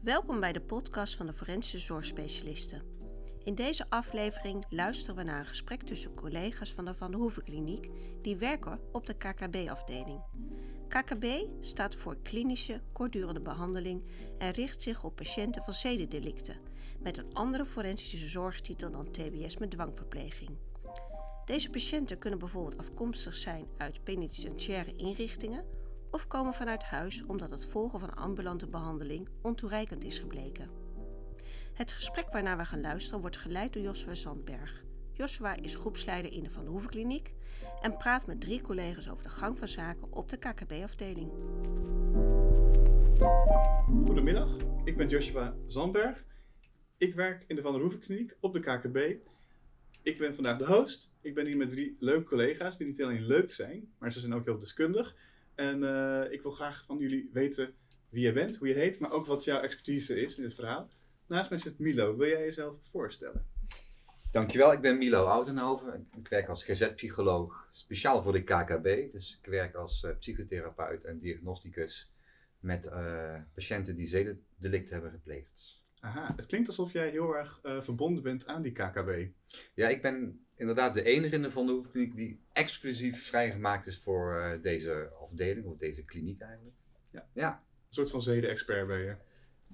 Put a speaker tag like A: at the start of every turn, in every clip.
A: Welkom bij de podcast van de Forensische Zorgspecialisten. In deze aflevering luisteren we naar een gesprek tussen collega's van de Van der Hoeven Kliniek die werken op de KKB-afdeling. KKB staat voor klinische, kortdurende behandeling en richt zich op patiënten van zedendelicten met een andere forensische zorgtitel dan TBS met dwangverpleging. Deze patiënten kunnen bijvoorbeeld afkomstig zijn uit penitentiaire inrichtingen of komen vanuit huis omdat het volgen van ambulante behandeling ontoereikend is gebleken. Het gesprek waarnaar we gaan luisteren wordt geleid door Joshua Zandberg. Joshua is groepsleider in de Van der Hoeven Kliniek en praat met 3 collega's over de gang van zaken op de KKB-afdeling.
B: Goedemiddag, ik ben Joshua Zandberg. Ik werk in de Van der Hoeven Kliniek op de KKB. Ik ben vandaag de host. Ik ben hier met 3 leuke collega's die niet alleen leuk zijn, maar ze zijn ook heel deskundig. En ik wil graag van jullie weten wie je bent, hoe je heet, maar ook wat jouw expertise is in dit verhaal. Naast mij zit Milo. Wil jij jezelf voorstellen?
C: Dankjewel, ik ben Milo Oudenhoven. Ik werk als GZ-psycholoog speciaal voor de KKB. Dus ik werk als psychotherapeut en diagnosticus met patiënten die zedendelicten hebben gepleegd.
B: Aha, het klinkt alsof jij heel erg verbonden bent aan die KKB.
C: Ja, ik ben inderdaad de enige in de Van der Hoeven Kliniek die exclusief vrijgemaakt is voor deze afdeling, of deze kliniek eigenlijk. Ja.
B: Een soort van zeden-expert ben je.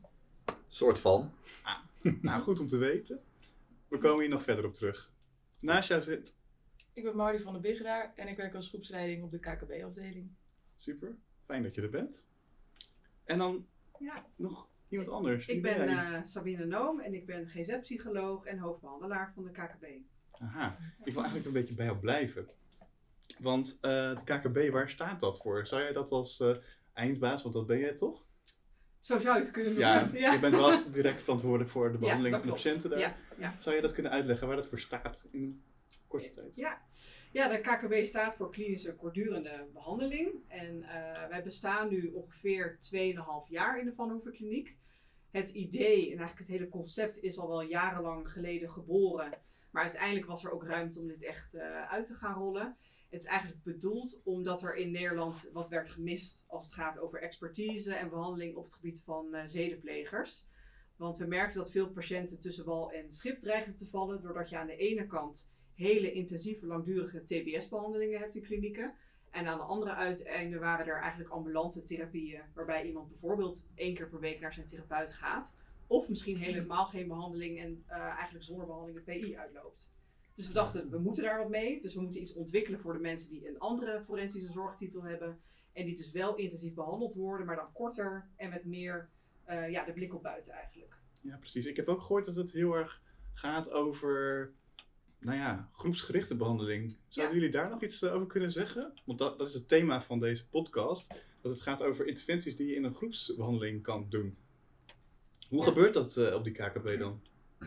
C: Soort van.
B: Nou, goed om te weten. We komen hier nog verder op terug. Naast jou zit...
D: Ik ben Marty van der Biggedaar en ik werk als groepsleiding op de KKB-afdeling.
B: Super, fijn dat je er bent. En dan nog iemand anders.
E: Ik ben Sabine Noom en ik ben GZ-psycholoog en hoofdbehandelaar van de KKB.
B: Aha, ik wil eigenlijk een beetje bij jou blijven. Want de KKB, waar staat dat voor? Zou jij dat als eindbaas, want dat ben jij toch?
E: Zo zou je het kunnen
B: Ja,
E: noemen. Ja,
B: je bent wel direct verantwoordelijk voor de behandeling
E: dat
B: van de
E: klopt.
B: patiënten daar.
E: Ja.
B: Zou je dat kunnen uitleggen waar dat voor staat in korte tijd?
E: Ja, de KKB staat voor klinische kortdurende behandeling. En wij bestaan nu ongeveer 2,5 jaar in de Van der Hoeven Kliniek. Het idee en eigenlijk het hele concept is al wel jarenlang geleden geboren. Maar uiteindelijk was er ook ruimte om dit echt uit te gaan rollen. Het is eigenlijk bedoeld omdat er in Nederland wat werd gemist als het gaat over expertise en behandeling op het gebied van zedenplegers. Want we merkten dat veel patiënten tussen wal en schip dreigden te vallen doordat je aan de ene kant hele intensieve langdurige TBS-behandelingen hebt in klinieken. En aan de andere uiteinde waren er eigenlijk ambulante therapieën waarbij iemand bijvoorbeeld 1 keer per week naar zijn therapeut gaat. Of misschien helemaal geen behandeling en eigenlijk zonder behandeling de PI uitloopt. Dus we dachten, we moeten daar wat mee. Dus we moeten iets ontwikkelen voor de mensen die een andere forensische zorgtitel hebben. En die dus wel intensief behandeld worden, maar dan korter en met meer de blik op buiten eigenlijk.
B: Ja, precies. Ik heb ook gehoord dat het heel erg gaat over, groepsgerichte behandeling. Zouden jullie daar nog iets over kunnen zeggen? Want dat is het thema van deze podcast. Dat het gaat over interventies die je in een groepsbehandeling kan doen. Hoe gebeurt dat op die KKB dan?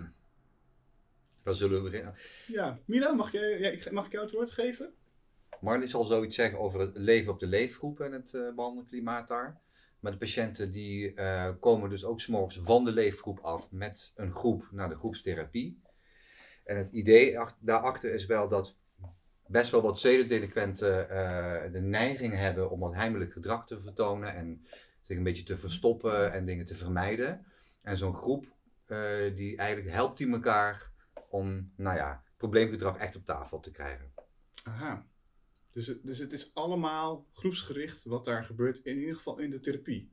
C: Waar zullen we beginnen?
B: Ja, Mila, mag ik jou het woord geven?
C: Marley zal zoiets zeggen over het leven op de leefgroep en het behandelklimaat daar. Maar de patiënten die komen dus ook 's morgens van de leefgroep af met een groep naar de groepstherapie. En het idee daarachter is wel dat best wel wat zedendelinquenten de neiging hebben om wat heimelijk gedrag te vertonen en zich een beetje te verstoppen en dingen te vermijden. En zo'n groep die eigenlijk helpt die elkaar om probleemgedrag echt op tafel te krijgen.
B: Aha. Dus het is allemaal groepsgericht wat daar gebeurt, in ieder geval in de therapie.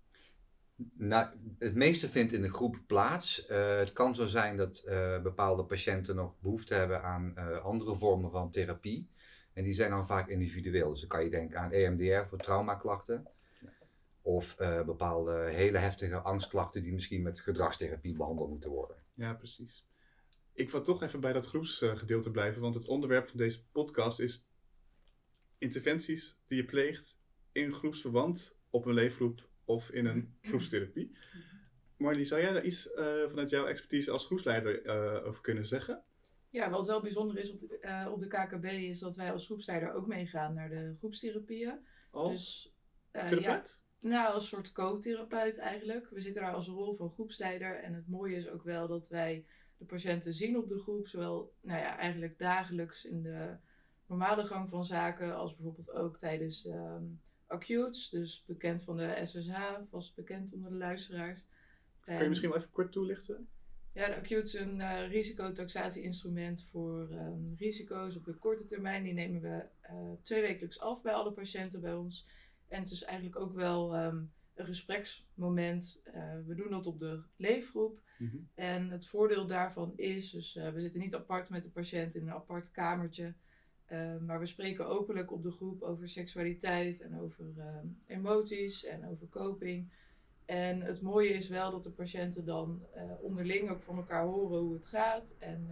C: Nou, het meeste vindt in de groep plaats. Het kan zo zijn dat bepaalde patiënten nog behoefte hebben aan andere vormen van therapie. En die zijn dan vaak individueel. Dus dan kan je denken aan EMDR voor traumaklachten. Of bepaalde hele heftige angstklachten die misschien met gedragstherapie behandeld moeten worden.
B: Ja, precies. Ik wil toch even bij dat groepsgedeelte blijven, want het onderwerp van deze podcast is interventies die je pleegt in groepsverband, op een leefgroep of in een groepstherapie. Marlie, zou jij daar iets vanuit jouw expertise als groepsleider over kunnen zeggen?
D: Ja, wat wel bijzonder is op de KKB is dat wij als groepsleider ook meegaan naar de groepstherapieën.
B: Als
D: Dus,
B: therapeut?
D: Als soort co-therapeut eigenlijk. We zitten daar als een rol van groepsleider en het mooie is ook wel dat wij de patiënten zien op de groep, zowel eigenlijk dagelijks in de normale gang van zaken, als bijvoorbeeld ook tijdens acutes, dus bekend van de SSH, vast bekend onder de luisteraars.
B: Kun je misschien wel even kort toelichten?
D: Ja, de Acute is een risicotaxatie-instrument voor risico's op de korte termijn. Die nemen we 2 wekelijks af bij alle patiënten bij ons. En het is eigenlijk ook wel een gespreksmoment. We doen dat op de leefgroep.
B: Mm-hmm.
D: En het voordeel daarvan is, dus we zitten niet apart met de patiënt in een apart kamertje. Maar we spreken openlijk op de groep over seksualiteit en over emoties en over coping. En het mooie is wel dat de patiënten dan onderling ook van elkaar horen hoe het gaat. En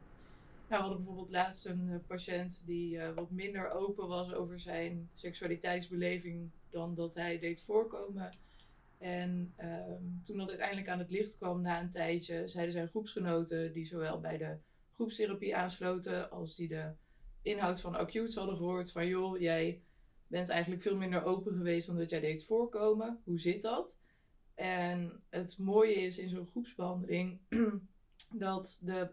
D: we hadden bijvoorbeeld laatst een patiënt die wat minder open was over zijn seksualiteitsbeleving dan dat hij deed voorkomen. En toen dat uiteindelijk aan het licht kwam na een tijdje, zeiden zijn groepsgenoten die zowel bij de groepstherapie aansloten als die de inhoud van Acute hadden gehoord van joh, jij bent eigenlijk veel minder open geweest dan dat jij deed voorkomen. Hoe zit dat? En het mooie is in zo'n groepsbehandeling dat de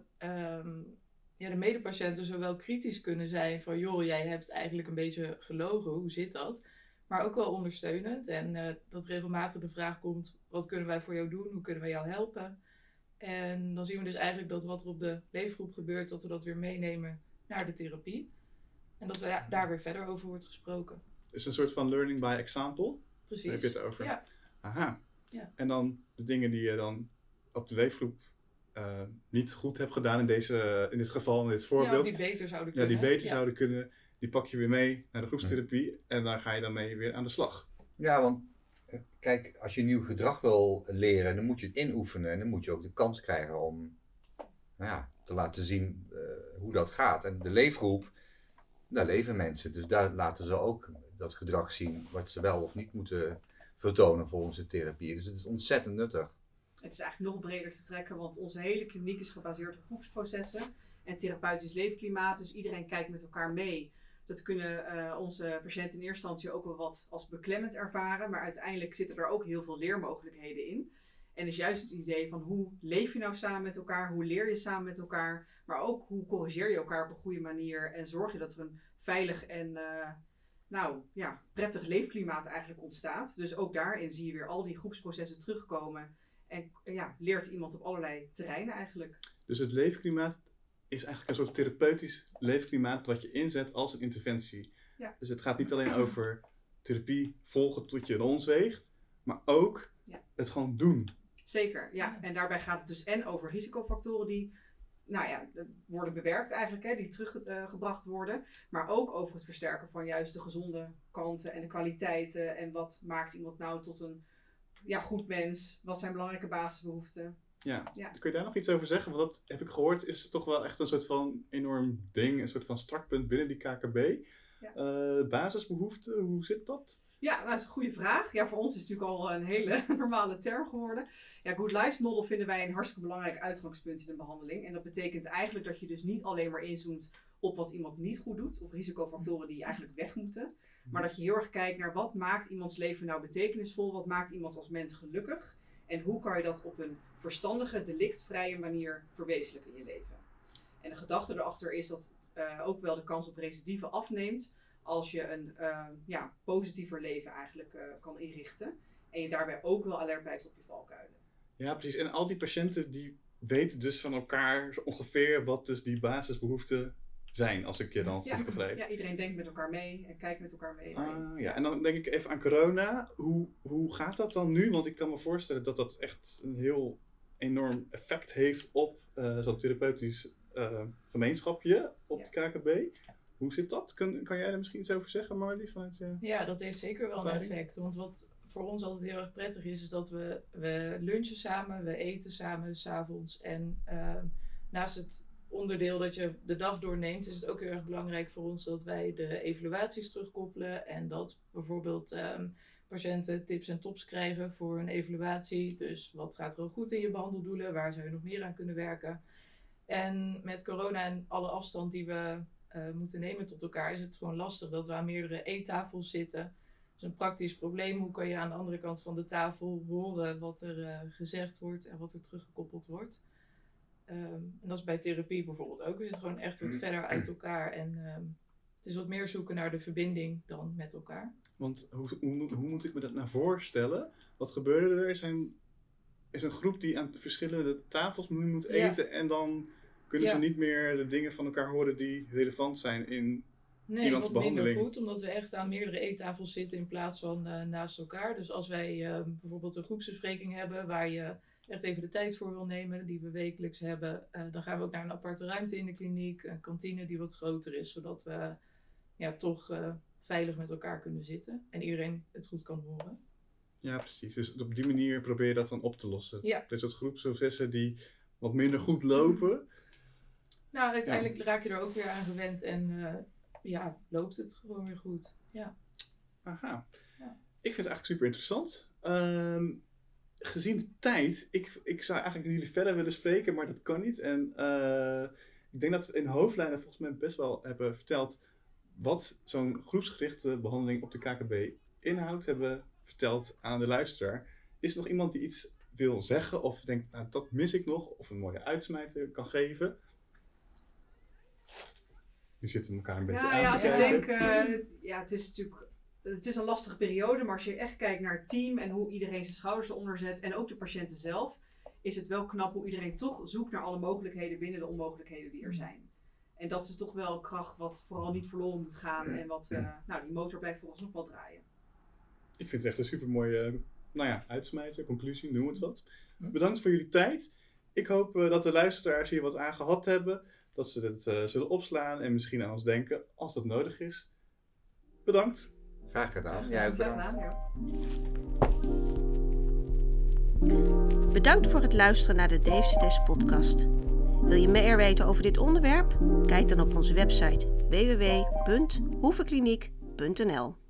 D: medepatiënten zowel kritisch kunnen zijn van joh, jij hebt eigenlijk een beetje gelogen, hoe zit dat? Maar ook wel ondersteunend en dat regelmatig de vraag komt, wat kunnen wij voor jou doen? Hoe kunnen wij jou helpen? En dan zien we dus eigenlijk dat wat er op de leefgroep gebeurt, dat we dat weer meenemen naar de therapie. En dat daar weer verder over wordt gesproken.
B: Dus een soort van learning by example?
D: Precies.
B: Daar heb je het over?
D: Ja.
B: Aha.
D: Ja.
B: En dan de dingen die je dan op de leefgroep niet goed hebt gedaan in dit geval, in dit voorbeeld.
D: Ja, die beter zouden
B: Ja,
D: kunnen.
B: die beter zouden kunnen. Die pak je weer mee naar de groepstherapie en dan ga je daarmee weer aan de slag.
C: Ja, want kijk, als je nieuw gedrag wil leren, dan moet je het inoefenen en dan moet je ook de kans krijgen om te laten zien hoe dat gaat. En de leefgroep, daar leven mensen, dus daar laten ze ook dat gedrag zien wat ze wel of niet moeten vertonen volgens de therapie. Dus het is ontzettend nuttig.
E: Het is eigenlijk nog breder te trekken, want onze hele kliniek is gebaseerd op groepsprocessen en therapeutisch leefklimaat. Dus iedereen kijkt met elkaar mee. Dat kunnen onze patiënten in eerste instantie ook wel wat als beklemmend ervaren, maar uiteindelijk zitten er ook heel veel leermogelijkheden in. En dus juist het idee van hoe leef je nou samen met elkaar, hoe leer je samen met elkaar, maar ook hoe corrigeer je elkaar op een goede manier en zorg je dat er een veilig en prettig leefklimaat eigenlijk ontstaat. Dus ook daarin zie je weer al die groepsprocessen terugkomen en leert iemand op allerlei terreinen eigenlijk.
B: Dus het leefklimaat is eigenlijk een soort therapeutisch leefklimaat wat je inzet als een interventie.
E: Ja.
B: Dus het gaat niet alleen over therapie volgen tot je rondzweegt, maar ook het gewoon doen.
E: Zeker, ja. En daarbij gaat het dus en over risicofactoren die worden bewerkt eigenlijk, die teruggebracht worden. Maar ook over het versterken van juist de gezonde kanten en de kwaliteiten. En wat maakt iemand nou tot een goed mens? Wat zijn belangrijke basisbehoeften?
B: Ja. Kun je daar nog iets over zeggen? Want dat heb ik gehoord, is toch wel echt een soort van enorm ding, een soort van startpunt binnen die KKB. Ja. Basisbehoeften, hoe zit dat?
E: Ja, dat is een goede vraag. Ja, voor ons is het natuurlijk al een hele normale term geworden. Ja, Good Life Model vinden wij een hartstikke belangrijk uitgangspunt in de behandeling. En dat betekent eigenlijk dat je dus niet alleen maar inzoomt op wat iemand niet goed doet, of risicofactoren die eigenlijk weg moeten. Maar dat je heel erg kijkt naar wat maakt iemands leven nou betekenisvol, wat maakt iemand als mens gelukkig. En hoe kan je dat op een verstandige, delictvrije manier verwezenlijken in je leven. En de gedachte erachter is dat ook wel de kans op recidive afneemt als je een positiever leven eigenlijk kan inrichten. En je daarbij ook wel alert blijft op je valkuilen.
B: Ja, precies. En al die patiënten die weten dus van elkaar ongeveer wat dus die basisbehoeften zijn, als ik je dan goed begrijp.
E: Ja, iedereen denkt met elkaar mee en kijkt met elkaar mee.
B: En dan denk ik even aan corona. Hoe gaat dat dan nu? Want ik kan me voorstellen dat dat echt een heel enorm effect heeft op zo'n therapeutisch gemeenschapje op de KKB. Hoe zit dat? Kan jij daar misschien iets over zeggen, Marlie?
D: Ja, dat heeft zeker wel een effect. Want wat voor ons altijd heel erg prettig is dat we lunchen samen, we eten samen 's avonds. En naast het onderdeel dat je de dag doorneemt, is het ook heel erg belangrijk voor ons dat wij de evaluaties terugkoppelen. En dat bijvoorbeeld patiënten tips en tops krijgen voor een evaluatie. Dus wat gaat er al goed in je behandeldoelen? Waar zou je nog meer aan kunnen werken? En met corona en alle afstand die we moeten nemen tot elkaar, is het gewoon lastig dat we aan meerdere eettafels zitten. Dat is een praktisch probleem. Hoe kan je aan de andere kant van de tafel horen wat er gezegd wordt en wat er teruggekoppeld wordt? En dat is bij therapie bijvoorbeeld ook. We zitten gewoon echt wat verder uit elkaar. En het is wat meer zoeken naar de verbinding dan met elkaar.
B: Want hoe moet ik me dat nou voorstellen? Wat gebeurde er? is een groep die aan verschillende tafels moet
D: Ja.
B: eten en dan kunnen
D: Ja.
B: ze niet meer de dingen van elkaar horen die relevant zijn in...
D: Nee,
B: iemands
D: wat minder
B: behandeling.
D: goed, omdat we echt aan meerdere eettafels zitten in plaats van naast elkaar. Dus als wij bijvoorbeeld een groepsbespreking hebben waar je echt even de tijd voor wil nemen, die we wekelijks hebben, dan gaan we ook naar een aparte ruimte in de kliniek, een kantine die wat groter is, zodat we toch veilig met elkaar kunnen zitten en iedereen het goed kan horen.
B: Ja, precies. Dus op die manier probeer je dat dan op te lossen.
D: Ja.
B: Dus dat groepsprocessen die wat minder goed lopen.
D: Nou, uiteindelijk raak je er ook weer aan gewend en loopt het gewoon weer goed. Ja.
B: Aha.
D: Ja.
B: Ik vind het eigenlijk super interessant. Gezien de tijd, ik zou eigenlijk jullie verder willen spreken, maar dat kan niet. En ik denk dat we in hoofdlijnen volgens mij best wel hebben verteld wat zo'n groepsgerichte behandeling op de KKB inhoudt, hebben verteld aan de luisteraar. Is er nog iemand die iets wil zeggen of denkt, nou, dat mis ik nog, of een mooie uitsmijter kan geven? Nu zitten we elkaar een beetje aan
E: als
B: te
E: ik
B: kijken.
E: denk, het is natuurlijk... Het is een lastige periode, maar als je echt kijkt naar het team en hoe iedereen zijn schouders eronder zet en ook de patiënten zelf, is het wel knap hoe iedereen toch zoekt naar alle mogelijkheden binnen de onmogelijkheden die er zijn. En dat is toch wel kracht wat vooral niet verloren moet gaan en wat, die motor blijft volgens nog wel draaien.
B: Ik vind het echt een super mooie uitsmijter, conclusie, noem het wat. Bedankt voor jullie tijd. Ik hoop dat de luisteraars hier wat aan gehad hebben, dat ze dit zullen opslaan en misschien aan ons denken als dat nodig is. Bedankt.
C: Graag gedaan. Jij ook bedankt.
A: Bedankt voor het luisteren naar de DFCTS podcast. Wil je meer weten over dit onderwerp? Kijk dan op onze website www.hoevenkliniek.nl.